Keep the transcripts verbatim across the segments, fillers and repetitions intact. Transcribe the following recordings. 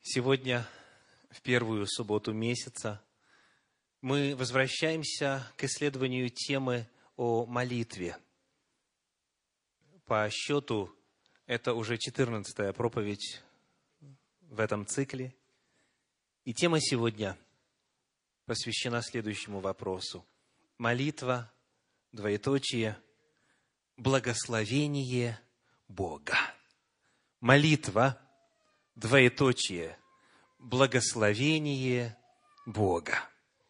Сегодня, в первую субботу месяца, мы возвращаемся к исследованию темы о молитве. По счету, это уже четырнадцатая проповедь в этом цикле. И тема сегодня посвящена следующему вопросу. Молитва, двоеточие, благословение Бога. Молитва, двоеточие, благословение Бога.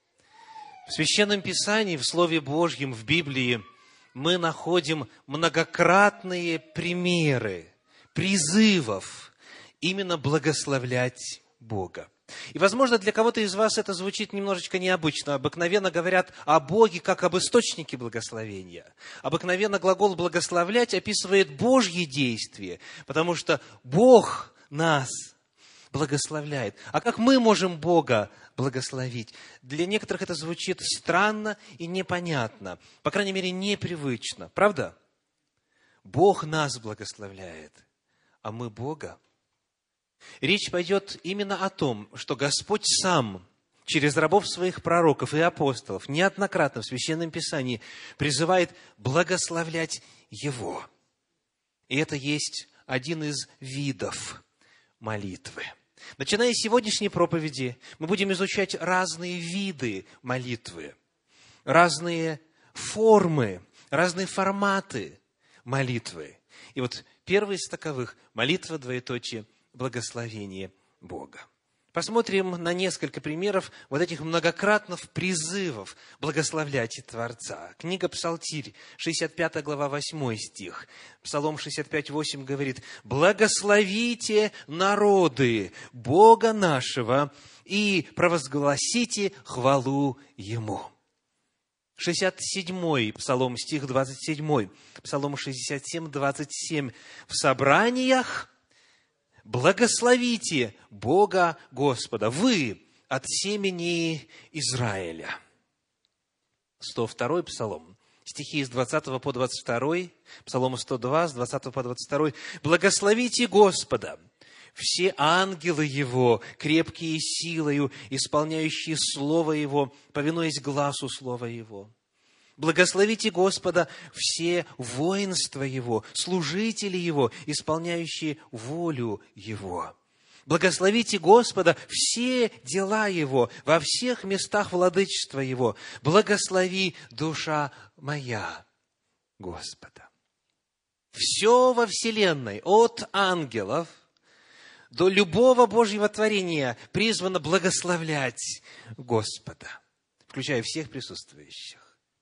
В Священном Писании, в Слове Божьем, в Библии мы находим многократные примеры, призывов именно благословлять Бога. И, возможно, для кого-то из вас это звучит немножечко необычно. Обыкновенно говорят о Боге как об источнике благословения. Обыкновенно глагол «благословлять» описывает Божьи действия, потому что Бог нас благословляет. А как мы можем Бога благословить? Для некоторых это звучит странно и непонятно. По крайней мере, непривычно. Правда? Бог нас благословляет, а мы Бога. Речь пойдет именно о том, что Господь сам через рабов своих пророков и апостолов неоднократно в Священном Писании призывает благословлять Его. И это есть один из видов молитвы. Начиная с сегодняшней проповеди, мы будем изучать разные виды молитвы, разные формы, разные форматы молитвы. И вот первый из таковых – молитва, двоеточие, благословение Бога. Посмотрим на несколько примеров вот этих многократных призывов благословлять Творца. Книга Псалтирь, шестьдесят пятая глава, восьмой стих. Псалом шестьдесят пять, восемь говорит: «Благословите народы Бога нашего и провозгласите хвалу Ему». шестьдесят седьмой Псалом, стих двадцать семь. Псалом шестьдесят семь, двадцать семь. «В собраниях благословите Бога Господа, вы от семени Израиля». сто второй Псалом, стихи с двадцатого по двадцать второй, Псалом сто два, с двадцатого по двадцать второй. «Благословите Господа, все ангелы Его, крепкие силою, исполняющие Слово Его, повинуясь гласу Слова Его. Благословите Господа все воинства Его, служители Его, исполняющие волю Его. Благословите Господа все дела Его, во всех местах владычества Его. Благослови, душа моя, Господа». Все во вселенной, от ангелов до любого Божьего творения, призвано благословлять Господа, включая всех присутствующих.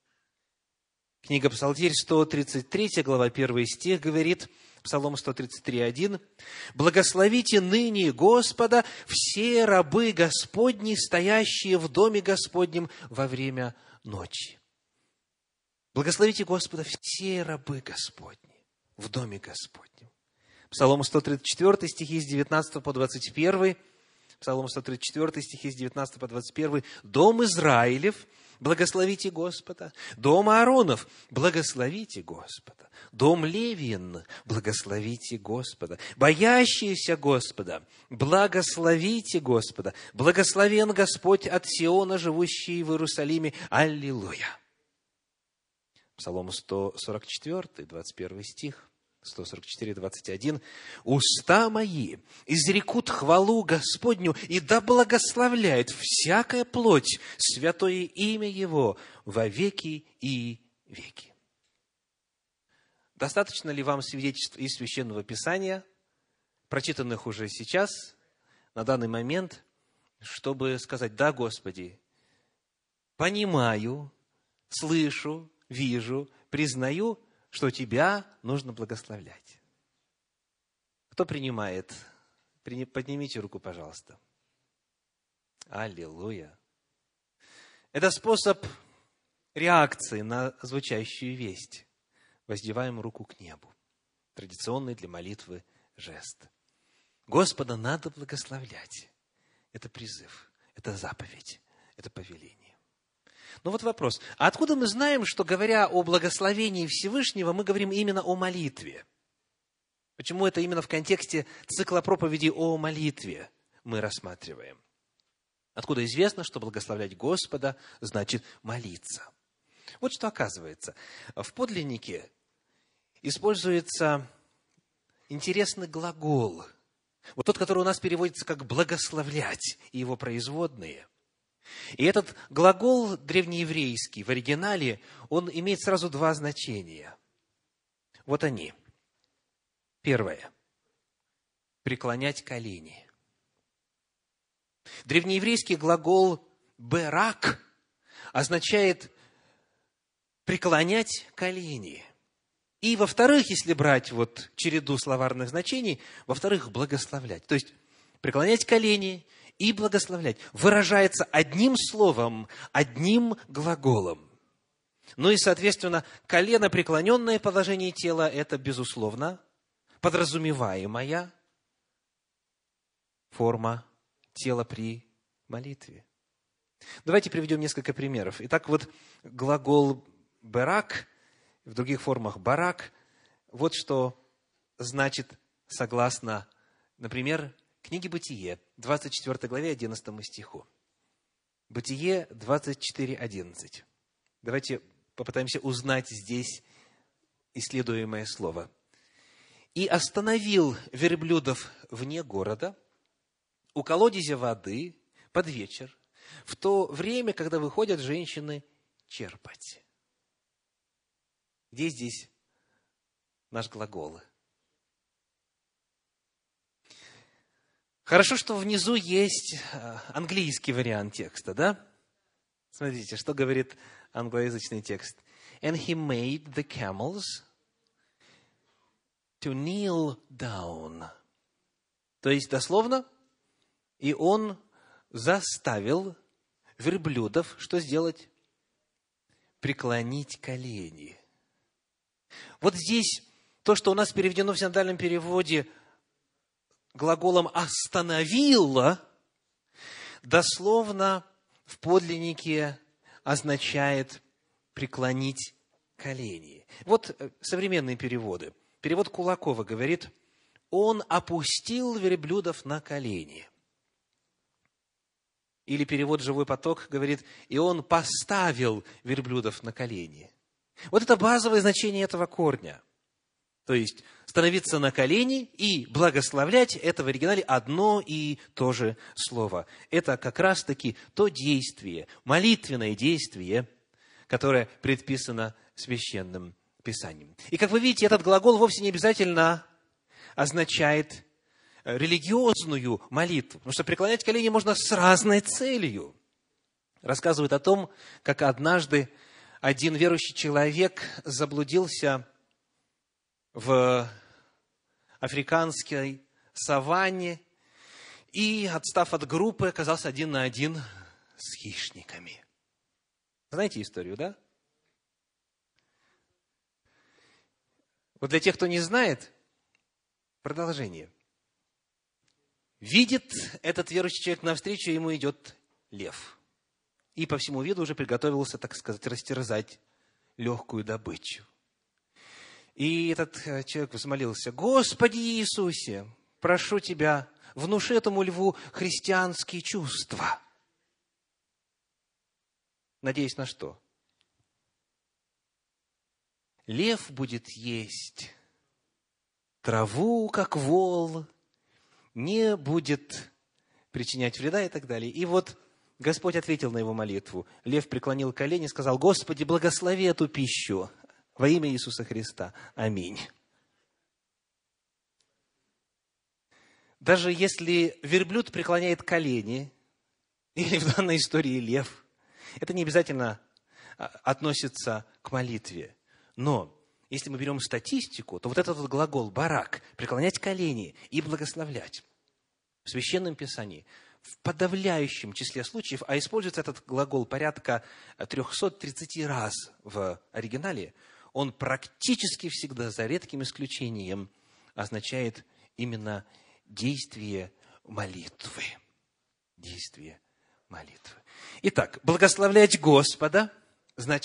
Книга Псалтирь, сто тридцать третья глава, первый стих говорит, Псалом сто тридцать три, один: «Благословите ныне Господа все рабы Господни, стоящие в доме Господнем во время ночи». Благословите Господа все рабы Господни в доме Господнем. Псалом сто тридцать четыре, стихи с девятнадцатого по двадцать первый. Псалом сто тридцать четыре, стихи с девятнадцатого по двадцать первый. «Дом Израилев, благословите Господа. Дом Ааронов, благословите Господа. Дом Левиин, благословите Господа. Боящиеся Господа, благословите Господа. Благословен Господь от Сиона, живущий в Иерусалиме. Аллилуйя». Псалом сто сорок четыре, двадцать первый стих. сто сорок четыре, двадцать один. «Уста мои изрекут хвалу Господню, и да благословляет всякая плоть святое имя Его во веки и веки». Достаточно ли вам свидетельств из Священного Писания, прочитанных уже сейчас, на данный момент, чтобы сказать: «Да, Господи, понимаю, слышу, вижу, признаю, что Тебя нужно благословлять»? Кто принимает? Поднимите руку, пожалуйста. Аллилуйя. Это способ реакции на звучащую весть. Воздеваем руку к небу. Традиционный для молитвы жест. Господа надо благословлять. Это призыв, это заповедь, это повеление. Но вот вопрос. А откуда мы знаем, что, говоря о благословении Всевышнего, мы говорим именно о молитве? Почему это именно в контексте цикла проповедей о молитве мы рассматриваем. Откуда известно, что благословлять Господа значит молиться? Вот что оказывается. В подлиннике используется интересный глагол. Вот тот, который у нас переводится как «благословлять», и его производные. И этот глагол древнееврейский в оригинале, он имеет сразу два значения. Вот они. Первое. Преклонять колени. Древнееврейский глагол «берак» означает преклонять колени. И, во-вторых, если брать вот череду словарных значений, во-вторых, благословлять. То есть, преклонять колени и благословлять выражается одним словом, одним глаголом. Ну и, соответственно, колено преклоненное положение тела – это, безусловно, подразумеваемая форма тела при молитве. Давайте приведем несколько примеров. Итак, вот глагол «берак», в других формах «барак», вот что значит согласно, например, книге «Бытие», двадцать четвёртой главе, одиннадцатому стиху. Бытие двадцать четыре, одиннадцать. Давайте попытаемся узнать здесь исследуемое слово. «И остановил верблюдов вне города, у колодезя воды, под вечер, в то время, когда выходят женщины черпать». Где здесь наш глагол? Хорошо, что внизу есть английский вариант текста, да? Смотрите, что говорит англоязычный текст. And he made the camels to kneel down. То есть, дословно, и он заставил верблюдов что сделать? Преклонить колени. Вот здесь то, что у нас переведено в синодальном переводе глаголом «остановила», дословно в подлиннике означает «преклонить колени». Вот современные переводы. Перевод Кулакова говорит: «Он опустил верблюдов на колени». Или перевод «Живой поток» говорит: «И он поставил верблюдов на колени». Вот это базовое значение этого корня. То есть, становиться на колени и благословлять – это в оригинале одно и то же слово. Это как раз-таки то действие, молитвенное действие, которое предписано Священным Писанием. И, как вы видите, этот глагол вовсе не обязательно означает религиозную молитву, потому что преклонять колени можно с разной целью. Рассказывают о том, как однажды один верующий человек заблудился в африканской саванне и, отстав от группы, оказался один на один с хищниками. Знаете историю, да? Вот для тех, кто не знает, продолжение. Видит этот верующий человек навстречу, ему идет лев. И по всему виду уже приготовился, так сказать, растерзать легкую добычу. И этот человек взмолился: «Господи Иисусе, прошу Тебя, внуши этому льву христианские чувства». Надеюсь на что? Лев будет есть траву, как вол, не будет причинять вреда и так далее. И вот Господь ответил на его молитву. Лев преклонил колени и сказал: «Господи, благослови эту пищу во имя Иисуса Христа. Аминь». Даже если верблюд преклоняет колени, или в данной истории лев, это не обязательно относится к молитве. Но если мы берем статистику, то вот этот вот глагол «барак» – преклонять колени и благословлять в Священном Писании в подавляющем числе случаев, а используется этот глагол порядка триста тридцать раз в оригинале, он практически всегда, за редким исключением, означает именно действие молитвы. Действие молитвы. Итак, благословлять Господа значит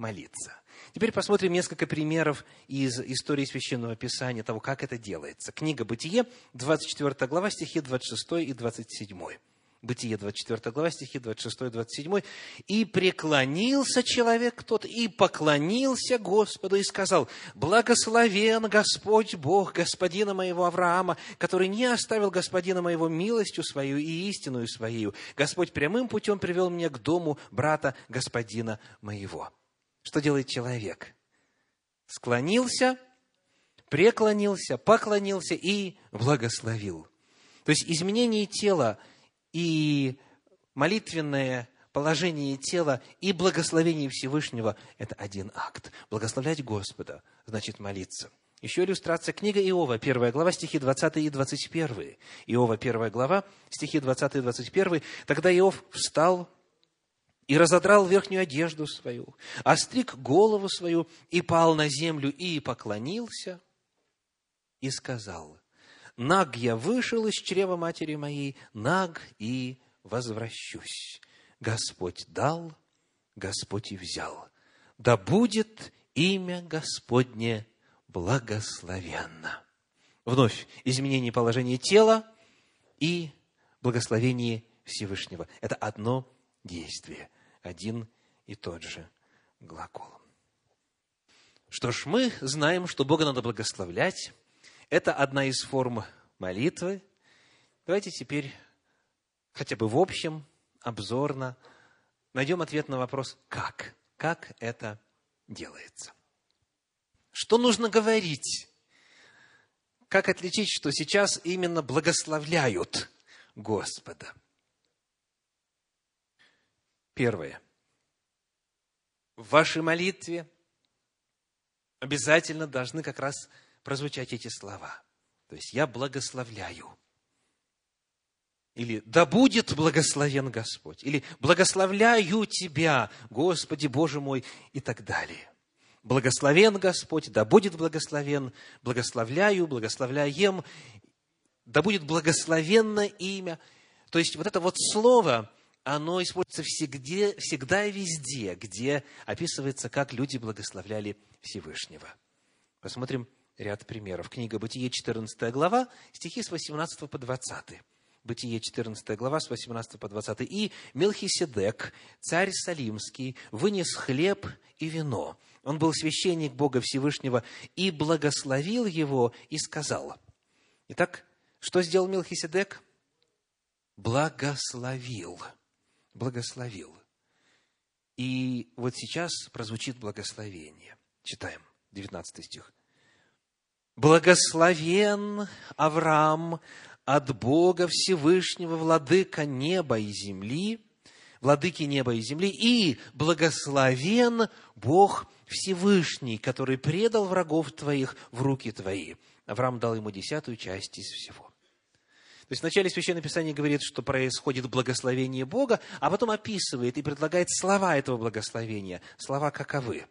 молиться. Теперь посмотрим несколько примеров из истории Священного Писания, того, как это делается. Книга Бытие, двадцать четвёртая глава, стихи двадцать шестой и двадцать седьмой. Бытие, двадцать четвёртая глава, стихи двадцать шестой и двадцать седьмой. «И преклонился человек тот, и поклонился Господу, и сказал: благословен Господь Бог господина моего Авраама, который не оставил господина моего милостью свою и истинную свою. Господь прямым путем привел меня к дому брата господина моего». Что делает человек? Склонился, преклонился, поклонился и благословил. То есть изменение тела и молитвенное положение тела и благословение Всевышнего – это один акт. Благословлять Господа значит молиться. Еще иллюстрация. Книга Иова, первая глава, стихи двадцатый и двадцать первый. Иова, первая глава, стихи двадцатый и двадцать первый. «Тогда Иов встал и разодрал верхнюю одежду свою, остриг голову свою, и пал на землю, и поклонился, и сказал: наг я вышел из чрева матери моей, наг и возвращусь. Господь дал, Господь и взял. Да будет имя Господне благословенно». Вновь изменение положения тела и благословение Всевышнего. Это одно действие, один и тот же глагол. Что ж, мы знаем, что Бога надо благословлять. Это одна из форм молитвы. Давайте теперь хотя бы в общем, обзорно найдем ответ на вопрос «как?». Как это делается? Что нужно говорить? Как отличить, что сейчас именно благословляют Господа? Первое. В вашей молитве обязательно должны как раз прозвучать эти слова. То есть «я благословляю». Или «да будет благословен Господь». Или «благословляю Тебя, Господи Боже мой» и так далее. Благословен Господь, да будет благословен, благословляю, благословляем, да будет благословенно имя. То есть вот это вот слово, оно используется всегда, всегда и везде, где описывается, как люди благословляли Всевышнего. Посмотрим ряд примеров. Книга Бытие, четырнадцатая глава, стихи с восемнадцатого по двадцатый. Бытие, четырнадцатая глава, с восемнадцатого по двадцатый. «И Мелхиседек, царь Салимский, вынес хлеб и вино. Он был священник Бога Всевышнего, и благословил его, и сказал». Итак, что сделал Мелхиседек? Благословил. Благословил. И вот сейчас прозвучит благословение. Читаем, девятнадцатый стих. «Благословен Авраам от Бога Всевышнего, владыка неба и земли, владыки неба и земли, и благословен Бог Всевышний, который предал врагов твоих в руки твои». Авраам дал ему десятую часть из всего. То есть в начале Священного Писания говорит, что происходит благословение Бога, а потом описывает и предлагает слова этого благословения. Слова каковы?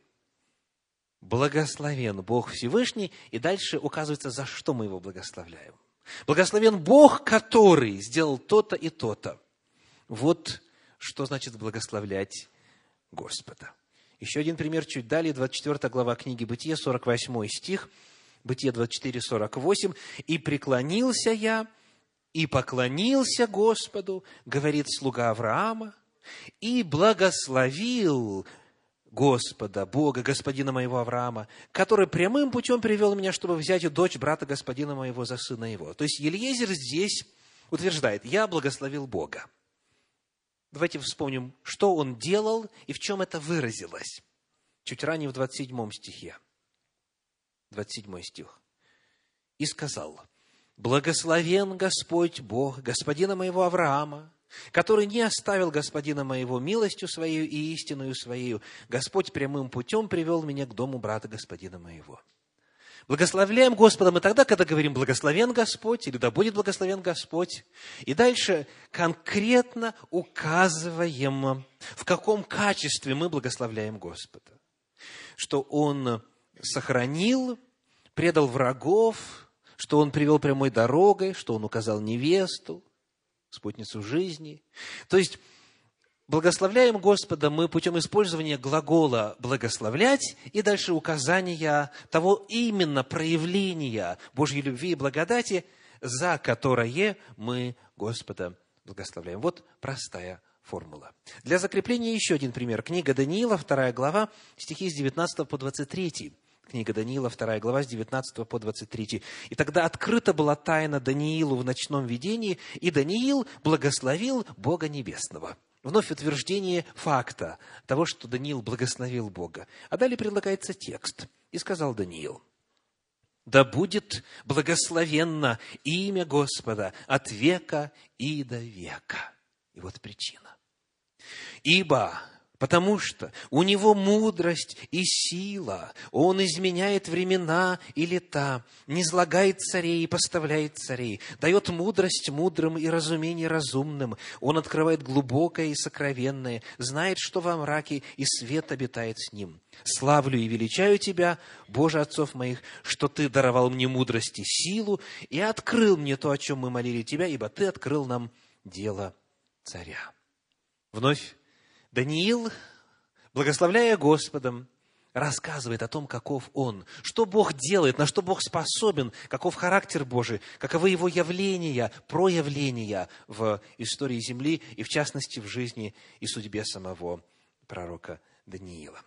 Благословен Бог Всевышний, и дальше указывается, за что мы его благословляем. Благословен Бог, который сделал то-то и то-то. Вот что значит благословлять Господа. Еще один пример чуть далее, двадцать четвёртая глава книги Бытие, сорок восьмой стих. Бытие двадцать четыре, сорок восемь. «И преклонился я, и поклонился Господу, говорит слуга Авраама, и благословил Господа, Бога, господина моего Авраама, который прямым путем привел меня, чтобы взять дочь брата господина моего за сына его». То есть Елиезер здесь утверждает: «Я благословил Бога». Давайте вспомним, что он делал и в чем это выразилось. Чуть ранее в двадцать седьмом стихе. двадцать седьмой стих. «И сказал: благословен Господь Бог господина моего Авраама, который не оставил господина моего милостью своей и истинную своей. Господь прямым путем привел меня к дому брата господина моего». Благословляем Господа мы тогда, когда говорим «благословен Господь» или «да будет благословен Господь». И дальше конкретно указываем, в каком качестве мы благословляем Господа. Что Он сохранил, предал врагов, что Он привел прямой дорогой, что Он указал невесту, спутницу жизни. То есть, Благословляем Господа мы путем использования глагола «благословлять» и дальше указания того именно проявления Божьей любви и благодати, за которое мы Господа благословляем. Вот простая формула. Для закрепления еще один пример. Книга Даниила, вторая глава, стихи с девятнадцатого по двадцать третий. Книга Даниила, вторая глава, с девятнадцатого по двадцать третий. «И тогда открыта была тайна Даниилу в ночном видении, и Даниил благословил Бога Небесного». Вновь утверждение факта того, что Даниил благословил Бога. А далее предлагается текст. «И сказал Даниил: да будет благословенно имя Господа от века и до века». И вот причина. «Ибо, потому что у него мудрость и сила, он изменяет времена и лета, низлагает царей и поставляет царей, дает мудрость мудрым и разумение разумным, он открывает глубокое и сокровенное, знает, что во мраке, и свет обитает с ним. Славлю и величаю Тебя, Боже отцов моих, что Ты даровал мне мудрость и силу, и открыл мне то, о чем мы молили Тебя, ибо Ты открыл нам дело царя». Вновь Даниил, благословляя Господом, рассказывает о том, каков Он, что Бог делает, на что Бог способен, каков характер Божий, каковы Его явления, проявления в истории земли и, в частности, в жизни и судьбе самого пророка Даниила.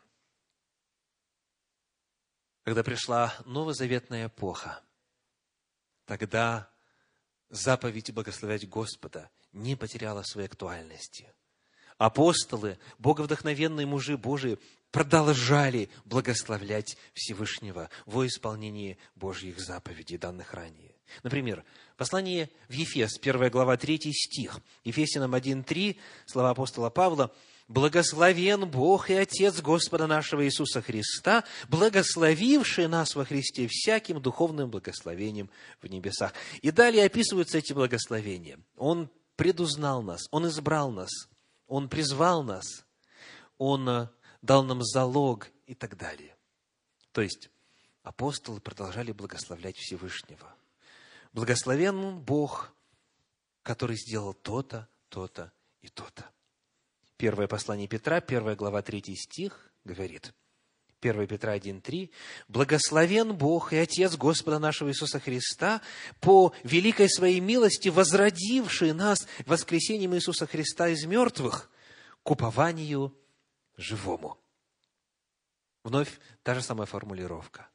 Когда пришла новозаветная эпоха, тогда заповедь благословлять Господа не потеряла своей актуальности. Апостолы, боговдохновенные мужи Божии, продолжали благословлять Всевышнего во исполнении Божьих заповедей, данных ранее. Например, послание в Ефес, первая глава, третий стих. Ефесянам один три, слова апостола Павла: «Благословен Бог и Отец Господа нашего Иисуса Христа, благословивший нас во Христе всяким духовным благословением в небесах». И далее описываются эти благословения. Он предузнал нас, Он избрал нас, Он призвал нас, Он дал нам залог и так далее. То есть апостолы продолжали благословлять Всевышнего. Благословен Бог, который сделал то-то, то-то и то-то. Первое послание Петра, первая глава, третий стих говорит, первое Петра один три, «Благословен Бог и Отец Господа нашего Иисуса Христа, по великой своей милости, возродивший нас воскресением Иисуса Христа из мертвых к упованию живому». Вновь та же самая формулировка.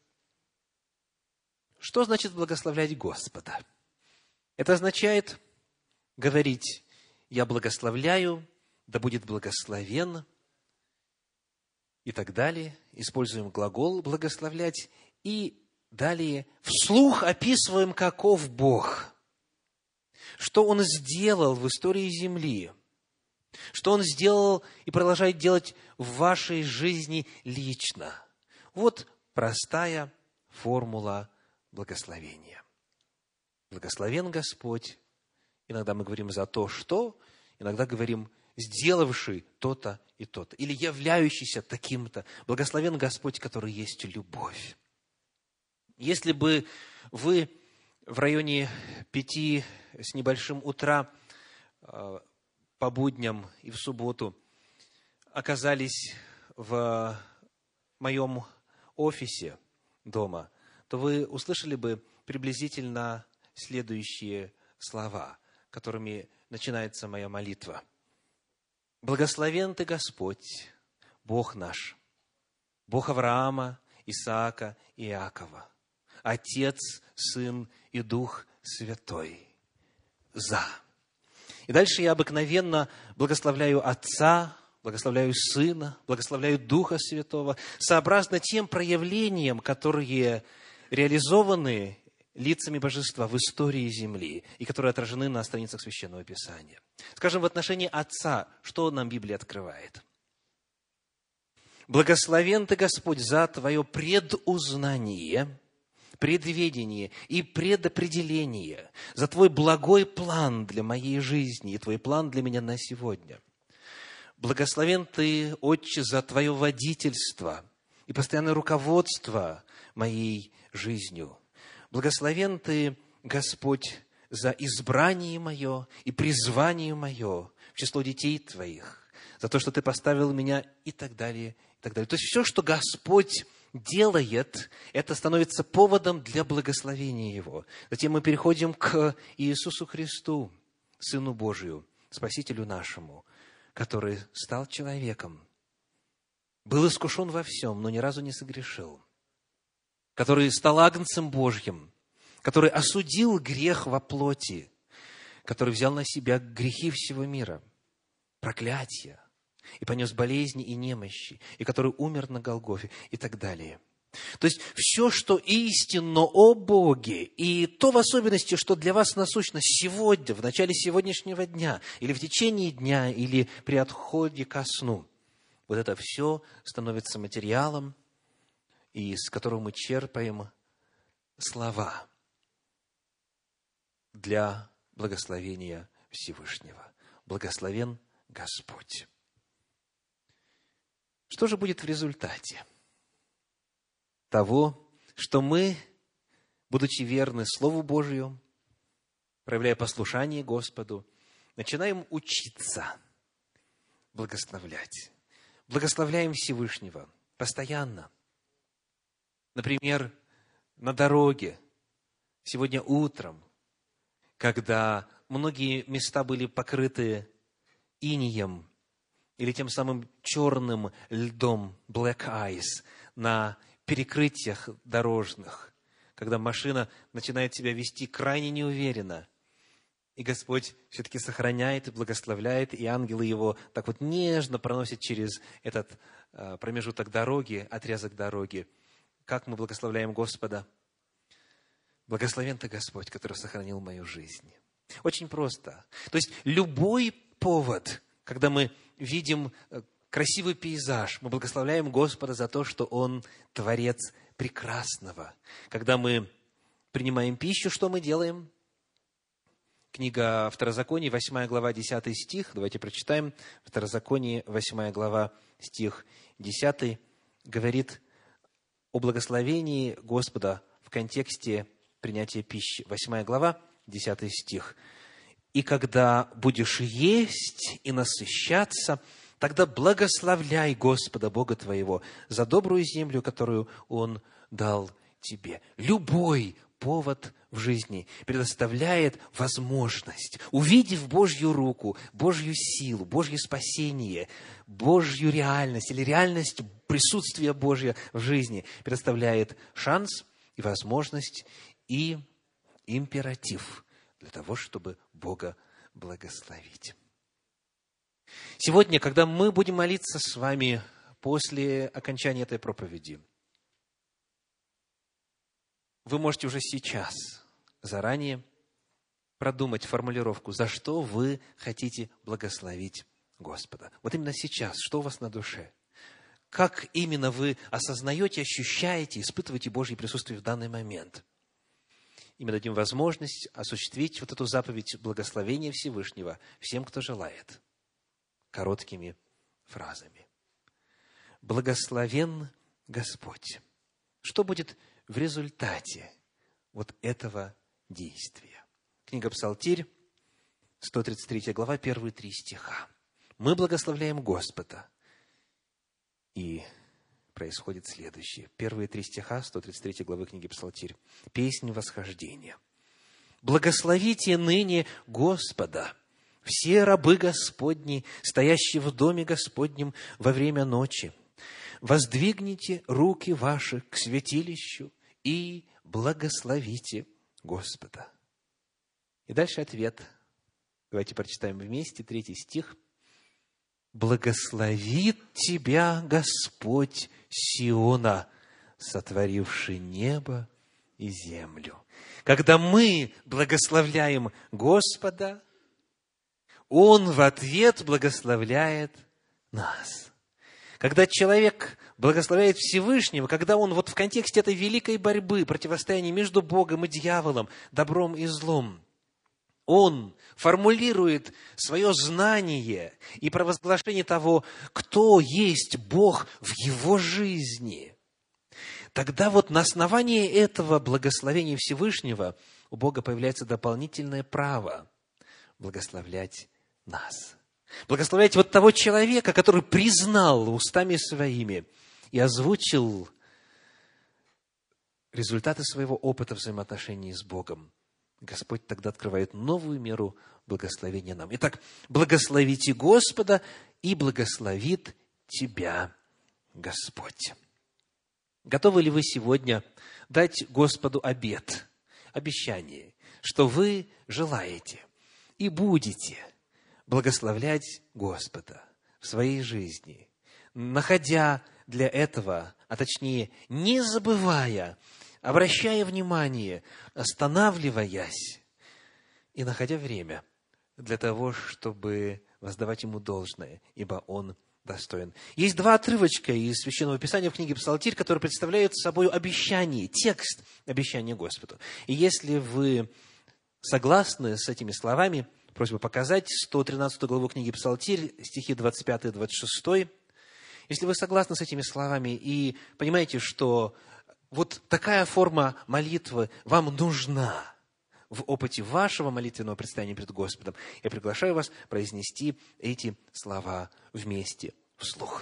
Что значит благословлять Господа? Это означает говорить: «Я благословляю, да будет благословен», и так далее. Используем глагол «благословлять». И далее вслух описываем, каков Бог, что Он сделал в истории земли, что Он сделал и продолжает делать в вашей жизни лично. Вот простая формула благословения. Благословен Господь. Иногда мы говорим за то, что, иногда говорим сделавший то-то и то-то, или являющийся таким-то. Благословен Господь, который есть любовь. Если бы вы в районе пяти с небольшим утра по будням и в субботу оказались в моем офисе дома, то вы услышали бы приблизительно следующие слова, которыми начинается моя молитва. «Благословен Ты, Господь, Бог наш, Бог Авраама, Исаака и Иакова, Отец, Сын и Дух Святой. За». И дальше я обыкновенно благословляю Отца, благословляю Сына, благословляю Духа Святого, сообразно тем проявлениям, которые реализованы лицами Божества в истории земли и которые отражены на страницах Священного Писания. Скажем, в отношении Отца, что нам Библия открывает? «Благословен Ты, Господь, за Твое предузнание, предведение и предопределение, за Твой благой план для моей жизни и Твой план для меня на сегодня. Благословен Ты, Отче, за Твое водительство и постоянное руководство моей жизнью. Благословен Ты, Господь, за избрание мое и призвание мое в число детей Твоих. за то, что Ты поставил меня, и так далее, и так далее. То есть все, что Господь делает, это становится поводом для благословения Его. Затем мы переходим к Иисусу Христу, Сыну Божию, Спасителю нашему, который стал человеком, был искушен во всем, но ни разу не согрешил, который стал агнцем Божьим, который осудил грех во плоти, который взял на себя грехи всего мира, проклятия, и понес болезни и немощи, и который умер на Голгофе, и так далее. То есть, все, что истинно о Боге, и то в особенности, что для вас насущно сегодня, в начале сегодняшнего дня, или в течение дня, или при отходе ко сну, вот это все становится материалом, из которого мы черпаем слова для благословения Всевышнего. Благословен Господь. Что же будет в результате того, что мы, будучи верны Слову Божию, проявляя послушание Господу, начинаем учиться благословлять? Благословляем Всевышнего постоянно. Например, на дороге, сегодня утром, когда многие места были покрыты инеем или тем самым черным льдом, black ice, на перекрытиях дорожных, когда машина начинает себя вести крайне неуверенно, и Господь все-таки сохраняет и благословляет, и ангелы Его так вот нежно проносят через этот промежуток дороги, отрезок дороги. Как мы благословляем Господа? Благословен Ты, Господь, который сохранил мою жизнь. Очень просто. То есть, любой повод, когда мы видим красивый пейзаж, мы благословляем Господа за то, что Он Творец прекрасного. Когда мы принимаем пищу, что мы делаем? Книга Второзакония, восьмая глава, десятый стих. Давайте прочитаем. Второзаконие, восьмая глава, стих десятый, говорит о благословении Господа в контексте принятия пищи. Восьмая глава, десятый стих. «И когда будешь есть и насыщаться, тогда благословляй Господа Бога твоего за добрую землю, которую Он дал тебе». Любой повод в жизни предоставляет возможность, увидев Божью руку, Божью силу, Божье спасение, Божью реальность или реальность присутствия Божьего в жизни, предоставляет шанс и возможность и императив для того, чтобы Бога благословить. Сегодня, когда мы будем молиться с вами после окончания этой проповеди, вы можете уже сейчас, заранее, продумать формулировку, за что вы хотите благословить Господа. Вот именно сейчас, что у вас на душе? Как именно вы осознаете, ощущаете, испытываете Божье присутствие в данный момент? И мы дадим возможность осуществить вот эту заповедь благословения Всевышнего всем, кто желает, короткими фразами. Благословен Господь. Что будет в результате вот этого действия? Книга Псалтирь, сто тридцать третья глава, первые три стиха. Мы благословляем Господа. И происходит следующее. Первые три стиха сто тридцать третьей главы книги Псалтирь. Песнь восхождения. «Благословите ныне Господа, все рабы Господни, стоящие в доме Господнем во время ночи. Воздвигните руки ваши к святилищу и благословите Господа». И дальше ответ. Давайте прочитаем вместе третий стих. «Благословит тебя Господь Сиона, сотворивший небо и землю». Когда мы благословляем Господа, Он в ответ благословляет нас. Когда человек благословляет Всевышнего, когда он вот в контексте этой великой борьбы, противостояния между Богом и дьяволом, добром и злом, он формулирует свое знание и провозглашение того, кто есть Бог в его жизни. Тогда вот на основании этого благословения Всевышнего у Бога появляется дополнительное право благословлять нас. Благословляйте вот того человека, который признал устами своими и озвучил результаты своего опыта взаимоотношений с Богом. Господь тогда открывает новую меру благословения нам. Итак, благословите Господа, и благословит тебя Господь. Готовы ли вы сегодня дать Господу обет, обещание, что вы желаете и будете благословлять Господа в своей жизни, находя для этого, а точнее, не забывая, обращая внимание, останавливаясь и находя время для того, чтобы воздавать Ему должное, ибо Он достоин. Есть два отрывочка из Священного Писания в книге Псалтирь, которые представляют собой обещание, текст обещания Господу. И если вы согласны с этими словами, просьба показать сто тринадцатую главу книги Псалтирь, стихи двадцать пятый двадцать шестой. Если вы согласны с этими словами и понимаете, что вот такая форма молитвы вам нужна в опыте вашего молитвенного предстояния перед Господом, я приглашаю вас произнести эти слова вместе, вслух.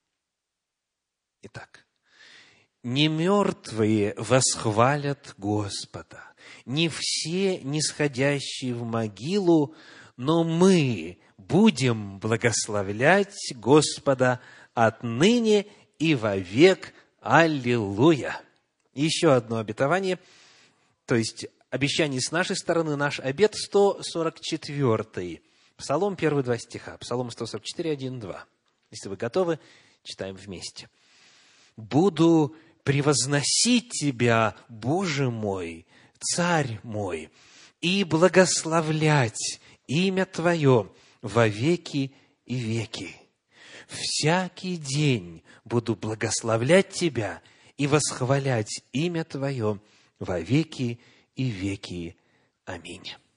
Итак, «Не мертвые восхвалят Господа, не все нисходящие в могилу, но мы будем благословлять Господа отныне и вовек. Аллилуйя!» Еще одно обетование, то есть обещание с нашей стороны, наш обет, сто сорок четвёртый, Псалом, первые два стиха, Псалом сто сорок четыре, один, два. Если вы готовы, читаем вместе. «Буду превозносить Тебя, Боже мой, Царь мой, и благословлять имя Твое во веки и веки. Всякий день буду благословлять Тебя и восхвалять имя Твое во веки и веки. Аминь».